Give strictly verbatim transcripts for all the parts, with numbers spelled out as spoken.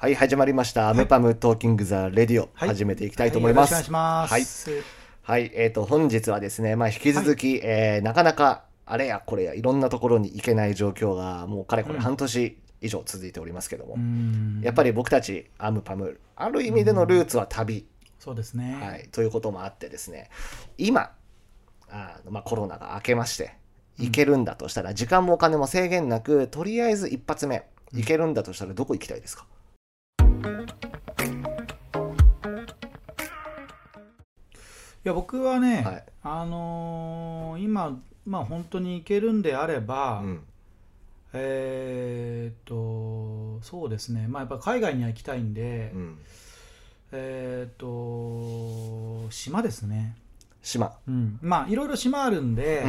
はい、始まりました。アムパムトーキングザレディオ、 はい、 始めていきたいと思います。 はい、よろしくお願いします。 はい、はい、えっ、ー、と本日はですね、まあ引き続き、はい、えー、なかなかあれやこれやいろんなところに行けない状況がもうかれこれ半年以上続いておりますけども、うん、やっぱり僕たちアムパムある意味でのルーツは旅、うん、 そうですね、 はい、ということもあってですね、今あ、まあ、コロナが明けまして行けるんだとしたら、うん、時間もお金も制限なくとりあえず一発目行けるんだとしたらどこ行きたいですか？ いや僕はね、はい、あのー、今、まあ、本当に行けるんであれば、うん、えー、っとそうですね、まあ、やっぱ海外には行きたいんで、うん、えー、っと島ですね。 島、 うん、まあいろいろ島あるんで、うん、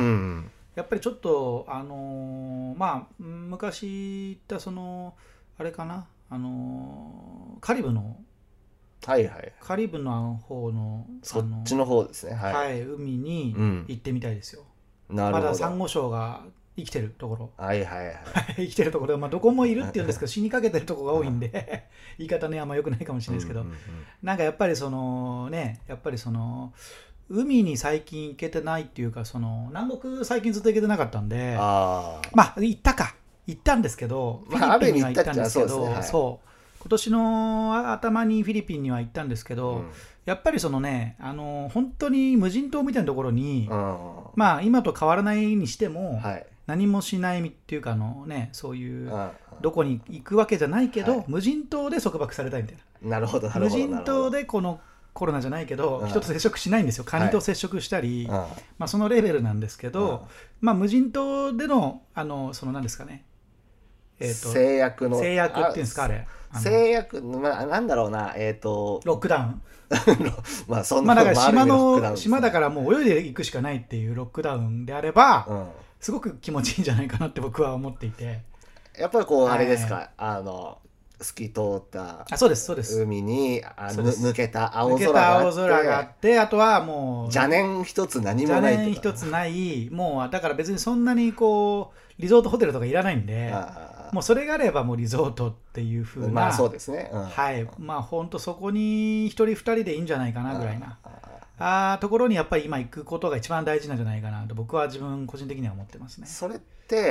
やっぱりちょっとあのー、まあ昔行ったそのあれかな、あのー、カリブのはいはい、 カリブの方のそっちの方ですね、 はい、はい、海に行ってみたいですよ、うん、なるほど。まだサンゴ礁が生きてるところ、 はいはいはい、 生きてるところ、まあ、どこもいるっていうんですけど死にかけてるところが多いんで言い方ねあんま良くないかもしれないですけど、うんうんうん、なんかやっぱりそのねやっぱりその海に最近行けてないっていうか、その南国最近ずっと行けてなかったんで、あまあ行ったか行ったんですけど、フィリピンには行ったんですけど、まあ、そう今年の頭にフィリピンには行ったんですけど、うん、やっぱりそのね、あの本当に無人島みたいなところに、まあ今と変わらないにしても、はい、何もしないっていうかあの、ね、そういうどこに行くわけじゃないけど、はい、無人島で束縛されたいみたいな。 なるほどなるほど。 無人島でこのコロナじゃないけど、うん、人と接触しないんですよ。カニと接触したり、はい、まあ、そのレベルなんですけど、うん、まあ、無人島でのあのその何ですかね、 えー、と制約の制約っていうんですかあれ。 制約、まあ、なんだろうな、えっ、ー、とロックダウンまあそんな、 まあ、だから島の、ね、島だからもう泳いでいくしかないっていうロックダウンであれば、うん、すごく気持ちいいんじゃないかなって僕は思っていて、 やっぱりこうあれですか、はい、あの透き通ったあそうですそうです海にあぬ抜けた青空があって、 抜けた青空があって、あとはもう邪念一つ何もない邪念一つない、もうだから別にそんなにこうリゾートホテルとかいらないんで、もうそれがあればもうリゾートっていう風な、 まあそうですね、うん、 はい、まあ本当そこに一人二人でいいんじゃないかなぐらいなあところにやっぱり今行くことが一番大事なんじゃないかなと僕は自分個人的には思ってますね。 それって、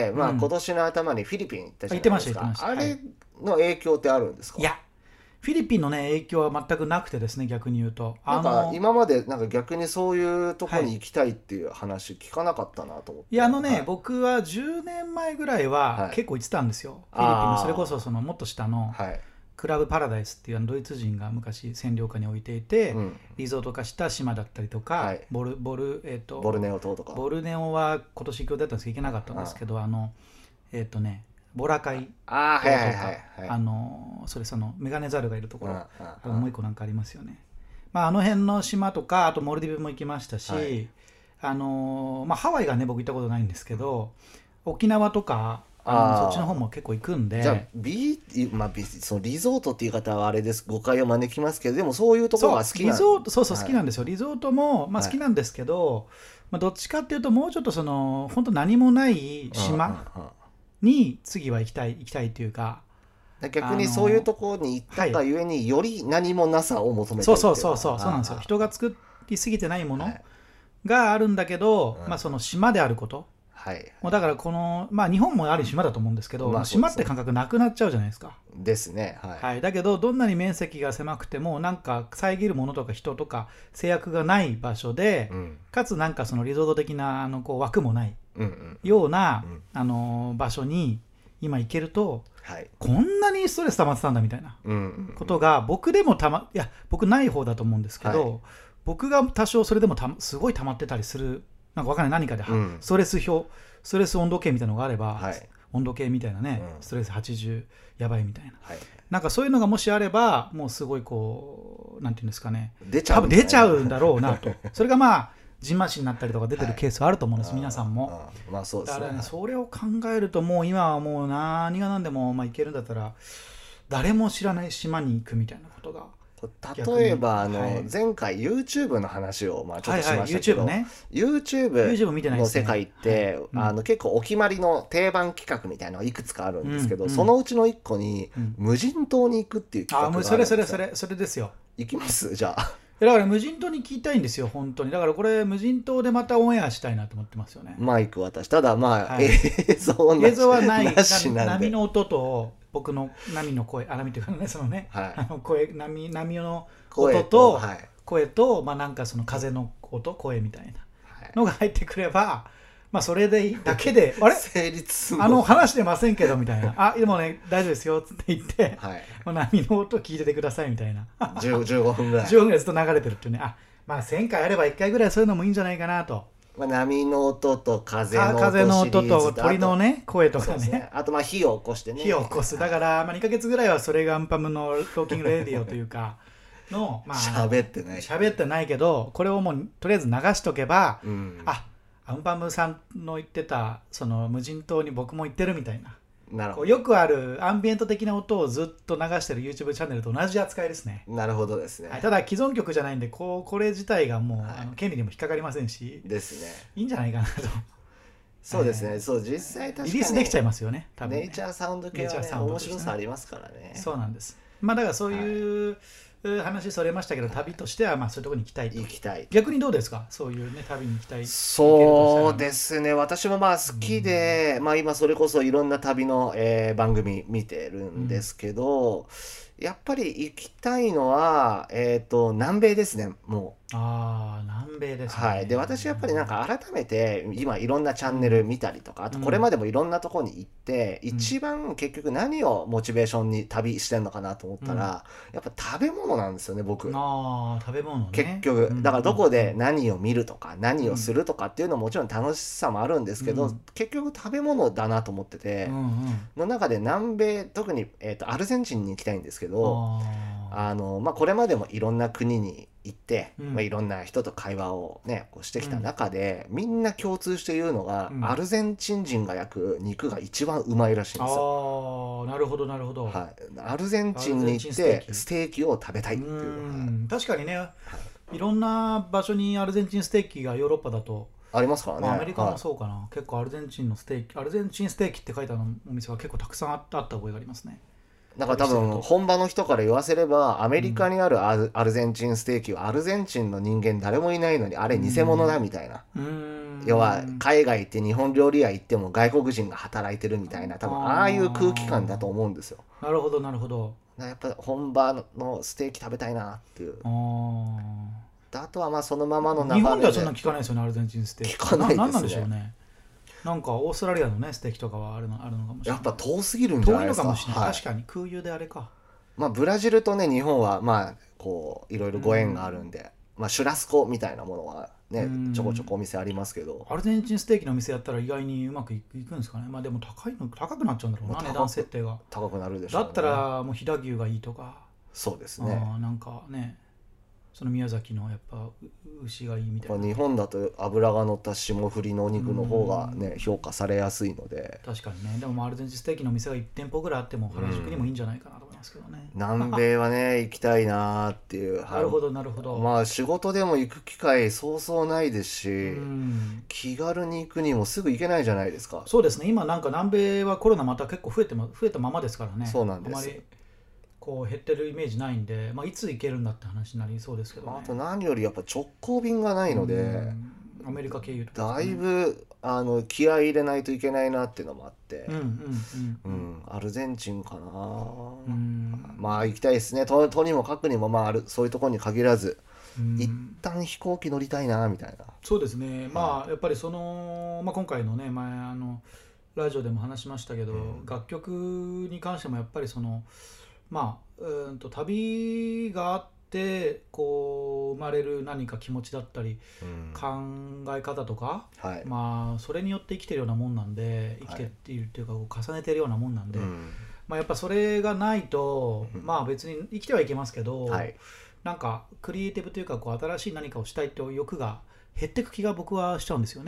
まあ、今年の頭にフィリピン行ったじゃないですか、 行ってました行ってました。 あれの影響ってあるんですか？ いやフィリピンの、ね、影響は全くなくてですね、逆に言うとなんか今までなんか逆にそういうところに行きたいっていう話聞かなかったなと思って、はい、 いやあのね、はい、僕はじゅうねんまえぐらいは結構行ってたんですよ、はい、フィリピンのそれこそそのもっと下の、はい、クラブパラダイスっていうドイツ人が昔占領下に置いていて、うん、リゾート化した島だったりとか、はい、ボルボル、えーと、 ボルネオ島とかボルネオは今年行く予定だったんですけど行けなかったんですけど、あのえっ、ー、とねボラカイあーはいはいはい、はい、 あのそれそのメガネザルがいるところ、うん、もう一個なんかありますよね、まあ、あの辺の島とかあとモルディブも行きましたし、はい、あのまあ、ハワイがね僕行ったことないんですけど、うん、沖縄とかあそっちの方も結構行くんで、 じゃあ、ビーまあ、そのリゾートっていう方はあれです誤解を招きますけど、でもそういうところが好きなんです。 そうリゾートそうそう、はい、好きなんですよ。リゾートも、まあ、好きなんですけど、はい、まあ、どっちかっていうともうちょっとその本当何もない島に次は行きたい行きたいというか、 逆にそういうところに行ったがゆえにより何もなさを求めている、 そうそうそうそうそうなんですよ。人が作りすぎてないものがあるんだけど、はい、まあ、その島であること、はい、もうだからこの、まあ、日本もある島だと思うんですけど、まあ、島って感覚なくなっちゃうじゃないですか。 ですね、はいはい、だけどどんなに面積が狭くてもなんか遮るものとか人とか制約がない場所で、うん、かつなんかそのリゾート的なあのこう枠もないような、うんうん、あの場所に今行けると、はい、こんなにストレス溜まってたんだみたいなことが僕でもたまいや僕ない方だと思うんですけど、はい、僕が多少それでもたすごい溜まってたりするなんか分かんない何かで、うん、ストレス表ストレス温度計みたいなのがあれば、はい、温度計みたいなね、うん、ストレスはちじゅうやばいみたいな、はい、なんかそういうのがもしあればもうすごいこうなんていうんですかね、 出ちゃう、 多分出ちゃうんだろうなとそれがまあじんましになったりとか出てるケースはあると思うんです、はい、皆さんも。 ああ、まあそうですね、 だからね、それを考えるともう今はもう何が何でもまあ行けるんだったら誰も知らない島に行くみたいなことが例えばあの、 はい、 前回 YouTube の話をまあちょっとしましたけど、 はいはい、 YouTube の世界って、 はい、 あの結構お決まりの定番企画みたいなのがいくつかあるんですけど、 うんうん、 そのうちのいっこに、うん、無人島に行くっていう企画があるんですよ。 あ、それそれそれそれですよ。 行きますじゃあ。 だから無人島に聞きたいんですよ本当に。だからこれ無人島でまたオンエアしたいなと思ってますよね。 マイク渡し、ただまあ、はい、映像映像はないなしなんで、 波の音と僕の波の声、あ、波というかね、そのね、はい、あの声、波、波の音と声と、はい、声と、まあなんかその風の音、声みたいなのが入ってくれば、まあそれでだけで、あれ成立あの話してませんけどみたいな、あ、でもね大丈夫ですよって言って、はい、まあ、波の音聞いててくださいみたいなじゅうごふんぐらいじゅうごふんぐらいずっと流れてるっていうね。あ、まあせんかいあればいっかいぐらいそういうのもいいんじゃないかなと。 まあ、波の音と風の音、 風の音と鳥のね声とか ね, ね、あとまあ火を起こしてね、 火を起こす。だから、まあ、にかげつぐらいはそれがアンパムのトーキングレディオというかの、まあ、 喋ってない喋ってないけど、これをもうとりあえず流しとけば、うん、あ、アンパムさんの言ってたその無人島に僕も行ってるみたいな、なるほど、よくあるアンビエント的な音をずっと流してる YouTube チャンネルと同じ扱いですね。 なるほどですね、 はい、ただ既存曲じゃないんで、こうこれ自体がもう、はい、あの権利にも引っかかりませんしですね、 いいんじゃないかなと。 そうですね、えー、そう実際確かにリリースできちゃいますよね、多分ね。 ネイチャーサウンド系は、ね、面白さありますからね。 そうなんです。まあだからそういう、はい、話それましたけど、旅としてはまあそういうところに行きたいと。 行きたい。 逆にどうですか、そういうね旅に行きたい。 そうですね、私もまあ好きで、うん、まあ今それこそいろんな旅の、えー、番組見てるんですけど、うん、やっぱり行きたいのは、えーと、南米ですね、もう。 ああ、南米ですね。 はい、で私やっぱりなんか改めて今いろんなチャンネル見たりとか、あとこれまでもいろんなところに行って、うん、一番結局何をモチベーションに旅してんのかなと思ったら、うん、やっぱ食べ物なんですよね、僕。 ああ、食べ物ね。 結局だからどこで何を見るとか何をするとかっていうのももちろん楽しさもあるんですけど、うん、結局食べ物だなと思ってて、うんうん、の中で南米、特に、えーと、アルゼンチンに行きたいんですけど、あの、まあ、これまでもいろんな国に行って、うん、まあ、いろんな人と会話を、ね、こうしてきた中で、うん、みんな共通して言うのが、うん、アルゼンチン人が焼く肉が一番うまいらしいんですよ。 ああ、なるほどなるほど、 はい、アルゼンチンに行ってステーキを食べたいっていう、 うん、確かにね、はい、いろんな場所にアルゼンチンステーキがヨーロッパだとありますからね、 まあ、アメリカもそうかな、はい、結構アルゼンチンのステーキ、アルゼンチンステーキって書いてあるお店が結構たくさんあった覚えがありますね。 だから多分本場の人から言わせれば、アメリカにあるアル、アルゼンチンステーキはアルゼンチンの人間誰もいないのにあれ偽物だみたいな、うん、要は海外行って日本料理屋行っても外国人が働いてるみたいな、多分ああいう空気感だと思うんですよ。 なるほどなるほど。 やっぱ本場のステーキ食べたいなっていう。ああとはまあそのままの流れで、日本ではそんな聞かないですよね、アルゼンチンステーキ。 聞かないですね。 何なんでしょうね。なんかオーストラリアのねステーキとかはあるのあるのかもしれない。 やっぱ遠すぎるんじゃないですか。 遠いのかもしれない、 はい、 確かに空輸であれか。 まあブラジルとね日本はまあこういろいろご縁があるんで、うん、まあシュラスコみたいなものはねちょこちょこお店ありますけど、 アルゼンチンステーキのお店やったら意外にうまくいくんですかね。まあでも高いの高くなっちゃうんだろうな、値段設定が高くなるでしょうね。 だったらもう飛騨牛がいいとか。 そうですね。 あ、なんかね、その宮崎のやっぱ牛がいいみたいな。 日本だと脂が乗った霜降りのお肉の方がね評価されやすいので。 確かにね。でもアルゼンチンステーキの店がいち店舗ぐらいあっても原宿にもいいんじゃないかなと思いますけどね。 南米はね行きたいなっていう。 なるほどなるほど。 まあ仕事でも行く機会そうそうないですし、うん、気軽に行くにもすぐ行けないじゃないですか。 そうですね。今なんか南米はコロナまた結構増えてま増えたままですからね。 そうなんです。 あまりこう減ってるイメージないんで、まあ、いつ行けるんだって話になりそうですけどね。 あと何よりやっぱ直行便がないので、 アメリカ経由とか、ね、だいぶあの気合い入れないといけないなっていうのもあって、うんうんうんうん、アルゼンチンかな、うん、まあ行きたいですね。と, とにもかくにも、まあ、あるそういうところに限らず、うん、一旦飛行機乗りたいなみたいな。 そうですね、まあやっぱりその、まあ、今回のね前あのラジオでも話しましたけど、うん、楽曲に関してもやっぱりそのまあ、うんと旅があってこう生まれる何か気持ちだったり、うん、考え方とか、はい、まあそれによって生きてるようなもんなんで、生きているっていうかこう重ねてるようなもんなんで、うん、まあ、やっぱそれがないと、うん、まあ別に生きてはいけますけど、はい、なんかクリエイティブというかこう新しい何かをしたいという欲が減っていく気が僕はしちゃうんですよね。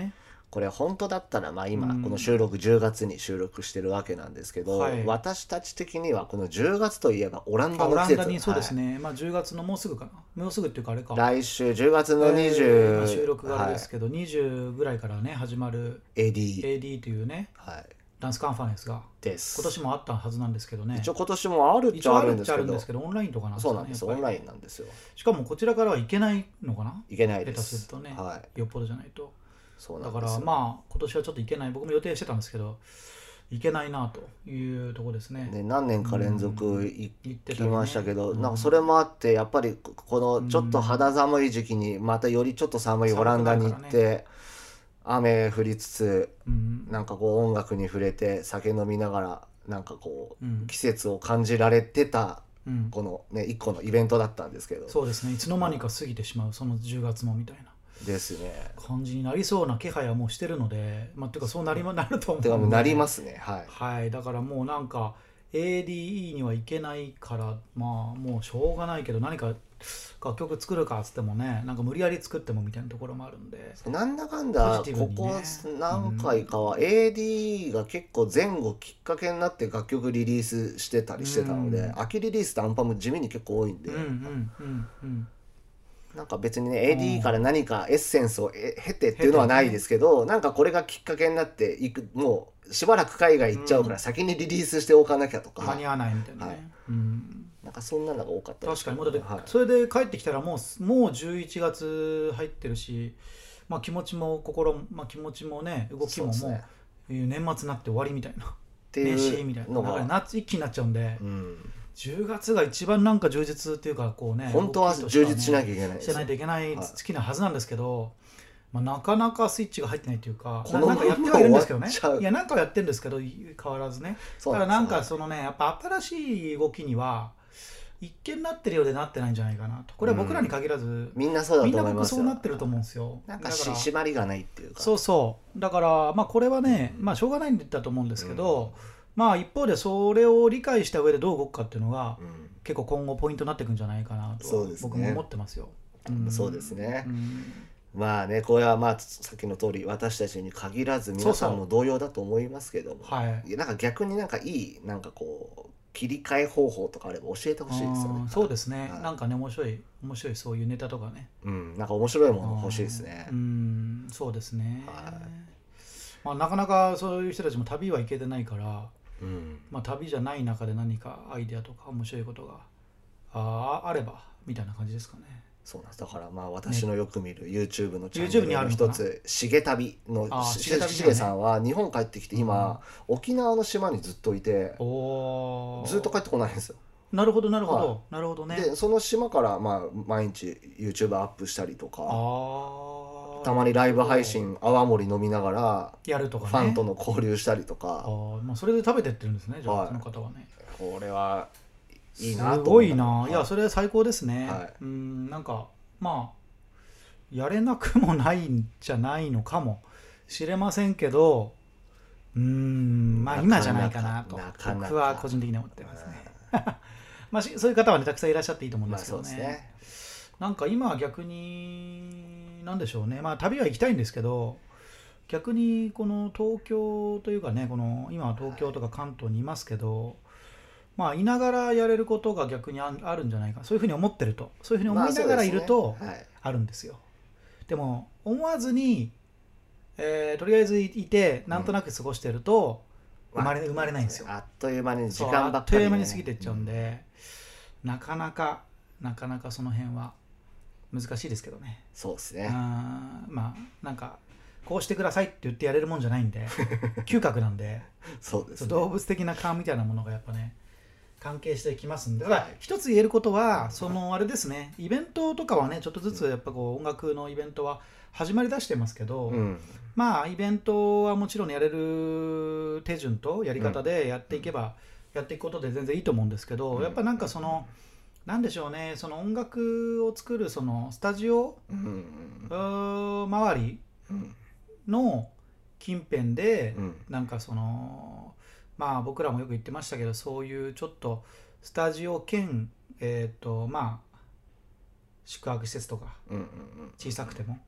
これ本当だったらまあ今うんこの収録じゅうがつに収録してるわけなんですけど、 はい私たち的にはこのじゅうがつといえばオランダあオの季節、 ランダにそうですはいね、まあ、じゅうがつのもうすぐかな、もうすぐっていうかあれか、 来週じゅうがつのにじゅう、 えーまあ収録があれですはけど、にじゅうぐらいからね始まるい、エーディー、 エーディー というねはい、 ダンスカンファレンスがです今年もあったはずなんですけどね。 一応今年もあるっちゃあ一応あるっるんですけどちゃあるんですけど、オンラインとかなんですかね。 そうなんです、 やっぱりオンラインなんですよ。 しかもこちらからは行けないのかな、 いけない下手ですするとね、 はい、 よっぽどじゃないと。だかそうなんですよ。 らまあ今年はちょっと行けない、僕も予定してたんですけど行けないなというところですね。 で何年か連続うん行行ってきたりねましたけど、 うんなんかそれもあってやっぱりこのちょっと肌寒い時期にまたよりちょっと寒いオランダに行っ寒くなるて、雨降りつつうんなんかこう音楽に触れて酒飲みながらなんかこうんう季節を感じられてたうんこのね一個のイベントだったんですけど、 そうですね、いつの間にか過ぎてしまう、そのじゅうがつもみたいなですね。 感じになりそうな気配はもうしてるので、まあ、ていうかそうなりまなると思うてかもうのでなりますね、はい。 はい、だからもうなんか エーディーイー には行けないから、まあもうしょうがないけど何か楽曲作るかっつってもね、なんか無理やり作ってもみたいなところもあるんで、 なんだかんだポジティブこにねこ何回かは エーディー が結構前後きっかけになって楽曲リリースしてたりしてたので、 うん秋リリースとアンパム地味に結構多いんで、 うんうんうんうんなんか別にね エーディー から何かエッセンスをえ経てっていうのはないですけど、なんかこれがきっかけになっていく、もうしばらく海外行っちゃうから先にリリースしておかなきゃとか、 間に合わないみたいなね、 はいうんなんかそんなのが多かったです確かにもうだって、 はい、 それで帰ってきたらもうもうじゅういちがつ入ってるし、まあ、気持ちも心も、まあ、気持ちもね動きももうそうですねえー年末になって終わりみたいな、 ってい年始みたいうなのだからが、 夏一気になっちゃうんで、 うん、 じゅうがつが一番なんか充実っていうかこうね、 本当は動きとしてね充実しなきゃいけないですよしてないといけないはい月なはずなんですけど、まあ、なかなかスイッチが入ってないというか、 このななんかやってはいるんですけどねまま終わっちゃういやなんかはやってるんですけど変わらずね、 そうだからなんですなんかそのねやっぱ新しい動きには一見なってるようでなってないんじゃないかなと、これは僕らに限らず、 みんなそうだみんな僕と思いますよ。 そうなってると思うんですよ。 なんかだからし締まりがないっていうか。 そうそうだからまあこれはね、まあしょうがないんだと思うんですけど、まあ一方でそれを理解した上でどう動くかっていうのが、 うん結構今後ポイントになっていくんじゃないかなとそうですね僕も思ってますよ。んそうですねうんまあね、これはまあさっきの通り私たちに限らず皆さんも同様だと思いますけども、 はいいやなんか逆になんかいいなんかこう切り替え方法とかあれば教えてほしいですよねあー。そうですね、 はいなんかね面白い面白いそういうネタとかね、 うん、なんか面白いもの欲しいですねう。んそうですね、 はいまあ、なかなかそういう人たちも旅は行けてないから、 うん、 まあ、旅じゃない中で何かアイデアとか面白いことがああればみたいな感じですかね。 そうなんです。だからまあ私のよく見る YouTube のチャン YouTube ネルのにあるのかな一つ、しげ旅のあーししげ旅ねしげさんは日本帰ってきて今、沖縄の島にずっといて、 おーずっと帰ってこないんですよ。 なるほどなるほど、 はなるほどね。 でその島からまあ毎日 YouTube アップしたりとか、 あたまにライブ配信泡盛飲みながらやるとかね。 ファンとの交流したりとあか、 ー、まあ、それで食べてってるんですね、じゃあ、 はいこの方はね。 これはいいなすと思ごいな、 はいや、それは最高ですね。 はいうんなんかまあやれなくもないんじゃないのかもしれませんけど、うーんまあ今じゃないかなとなかなか僕は個人的に思ってますね。まあしそういう方はねたくさんいらっしゃっていいと思うんまあですけどね。 そうですね。 なんか今は逆になんでしょうね、まあ旅は行きたいんですけど、逆にこの東京というかね、この今は東京とか関東にいますけど、まあいながらやれることが逆にああるんじゃないか、そういうふうに思ってると、そういうふうに思いながらいるとまあそうですねあるんですよ。でも思わずに、えーとりあえずいてなんとなく過ごしてると生まれ、生まれないんですよ。 あっという間に時そう間ばっかりね、 あっという間に過ぎていっちゃうんで、なかなかなかなかその辺は難しいですけどね。あーそうですね。 まあなんかこうしてくださいって言ってやれるもんじゃないんで嗅覚なんで、 そうですね。 動物的な勘みたいなものがやっぱね関係してきますんで、だから一つ言えることはそのあれですね、イベントとかはねちょっとずつやっぱこう音楽のイベントは始まりだしてますけど、 うん、 まあイベントはもちろんやれる手順とやり方でやっていけば、やっていくことで全然いいと思うんですけど、 うんやっぱなんかそのなんでしょうね、その音楽を作るそのスタジオ、 うんうんうー周りうんの近辺で、 うんなんかそのまあ僕らもよく言ってましたけど、そういうちょっとスタジオ兼えっ、とまあ宿泊施設とかうんうん小さくても、 うん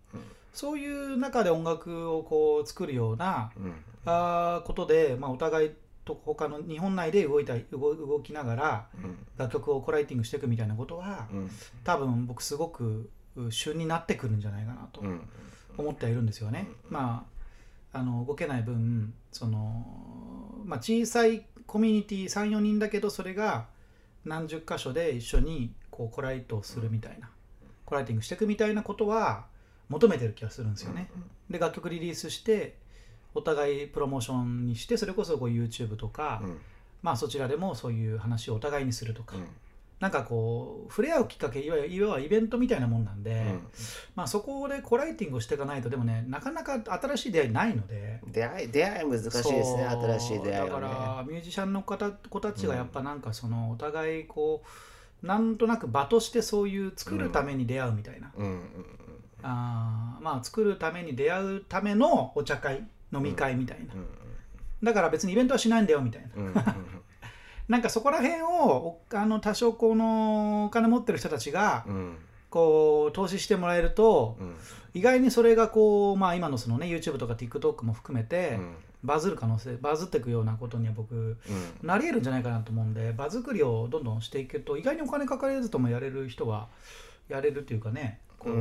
そういう中で音楽をこう作るような、 うん、 あことで、まあ、お互いと他の日本内で動いた動動きながら楽曲をコライティングしていくみたいなことは、うん、多分僕すごく旬になってくるんじゃないかなと思ってはいるんですよね。うん、まああの動けない分その、まあ、小さいコミュニティ さん,よ 人だけどそれが何十箇所で一緒にこうコライトするみたいな、コライティングしていくみたいなことは求めてる気がするんですよね。で楽曲リリースしてお互いプロモーションにして、それこそこう YouTube とか、うん、まあそちらでもそういう話をお互いにするとか、うん、なんかこう触れ合うきっかけ、いわゆるいわゆるイベントみたいなもんなんで、うん、まあそこでコライティングをしていかないと、でもねなかなか新しい出会いないので、 出会い出会い難しいですね、新しい出会いは、ね、 だからミュージシャンの方子たちがやっぱなんかそのお互いこうなんとなく場としてそういう作るために出会うみたいな、うんうんうん、あまあ作るために出会うためのお茶会飲み会みたいな、うんうん、だから別にイベントはしないんだよみたいな、うんうん、なんかそこら辺をあの多少このお金持ってる人たちがこう投資してもらえると、うん、意外にそれがこう、まあ、今のそのね YouTube とか TikTok も含めて、うん、バズる可能性バズっていくようなことには僕、うん、なり得るんじゃないかなと思うんで、場作りをどんどんしていくと意外にお金かかれずともやれる人はやれるっていうかね、 うん、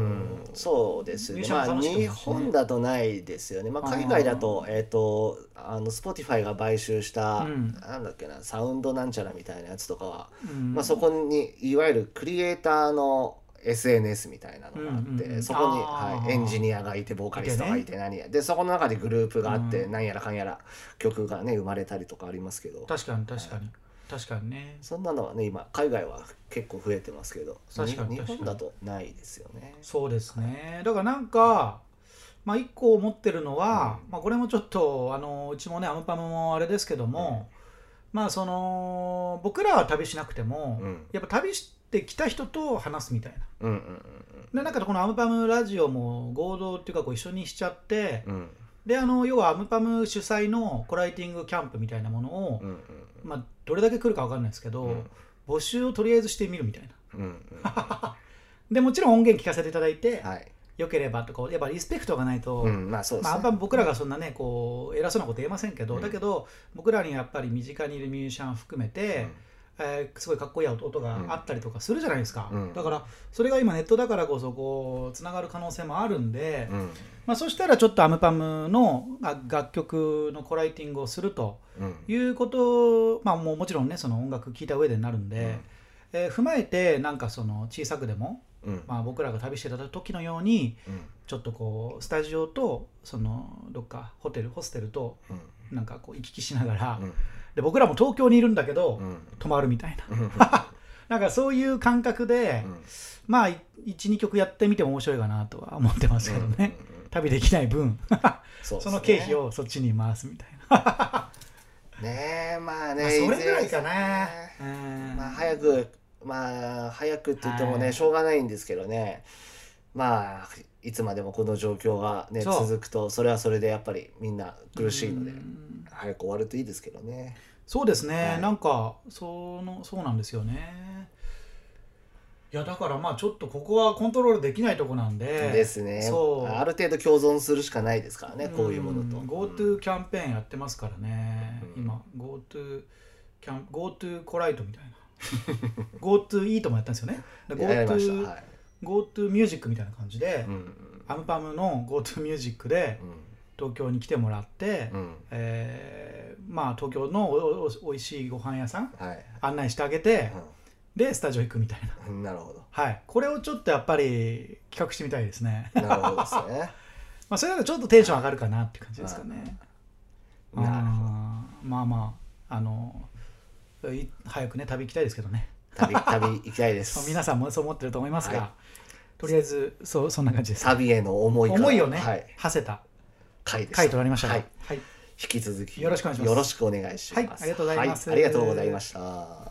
そうですね。まあ日本だとないですよね。まあ、海外だとえっとあの Spotify が買収した、うん、なんだっけなサウンドなんちゃらみたいなやつとかは、うん、まあそこにいわゆるクリエイターの エスエヌエス みたいなのがあって、うんうん、そこに、はい、エンジニアがいてボーカリストがいて何や、ね、でそこの中でグループがあって、うん、何やらかんやら曲がね生まれたりとかありますけど。 確かに確かに。はい、確かにね、 そんなのはね今海外は結構増えてますけど、確かに日本だとないですよね。 そうですね、はい、だからなんかまあ一個思ってるのは、うんまあ、これもちょっとあのうちもねアムパムもあれですけども、うん、まあその僕らは旅しなくても、うん、やっぱ旅してきた人と話すみたいな、うんうんうん、でなんかこのアムパムラジオも合同っていうかこう一緒にしちゃって、うんであの要はアムパム主催のコライティングキャンプみたいなものを、うんうんまあ、どれだけ来るか分かんないですけど、うん、募集をとりあえずしてみるみたいな、うんうん、でもちろん音源聞かせていただいて、はい、よければとかやっぱリスペクトがないと、うんまあそうですねまあ、アンパム僕らがそんなねこう偉そうなこと言えませんけど、うん、だけど僕らにやっぱり身近にいるミュージシャン含めて、うんえー、すごいかっこいい音があったりとかするじゃないですか、うん、だからそれが今ネットだからこそこうつながる可能性もあるんで、うんまあ、そしたらちょっとアムパムの楽曲のコライティングをするということ、うんまあ、もうもちろんねその音楽聴いた上でになるんで、うんえー、踏まえてなんかその小さくでも、うんまあ、僕らが旅してた時のように、うん、ちょっとこうスタジオとそのどっかホテルホステルとなんかこう行き来しながら、うんで僕らも東京にいるんだけど、うん、泊まるみたいななんかそういう感覚で、うん、まあ いち,に 曲やってみても面白いかなとは思ってますけどね、うんうんうん、旅できない分そ, ね、その経費をそっちに回すみたいなねえまあね、 まあ、それぐらいかな、 まあ早くまあ早くって言ってもね、はい、しょうがないんですけどね、まあいつまでもこの状況がね続くとそれはそれでやっぱりみんな苦しいので早く終わるといいですけどね。 そうですね、はい、なんかそのそうなんですよね。いやだからまあちょっとここはコントロールできないとこなんでですね。そうある程度共存するしかないですからね、こういうものと。 GoTo キャンペーンやってますからね、うん、今 GoTo キャン GoTo コライトみたいなGoTo イートもやったんですよね。 GoTo、はい、GoTo ミュージックみたいな感じで、うん、アムパムの GoTo ミュージックで、うん東京に来てもらって、うんえーまあ、東京の お, お, おいしいご飯屋さん、はい、案内してあげて、うん、でスタジオ行くみたいな、 なるほど、 はい、これをちょっとやっぱり企画してみたいですね。 なるほどですねまあそれだとちょっとテンション上がるかなって感じですかね。 なるほど。 まあまああの早くね旅行きたいですけどね。 旅旅行きたいです皆さんもそう思ってると思いますが、はい、とりあえずそ そんな感じです。 旅への思いから思いをね、はい、馳せた回となりましたが、はいはい、 引き続きよろしくお願いします。 よろしくお願いします。 はい、ありがとうございます。 はい、ありがとうございました。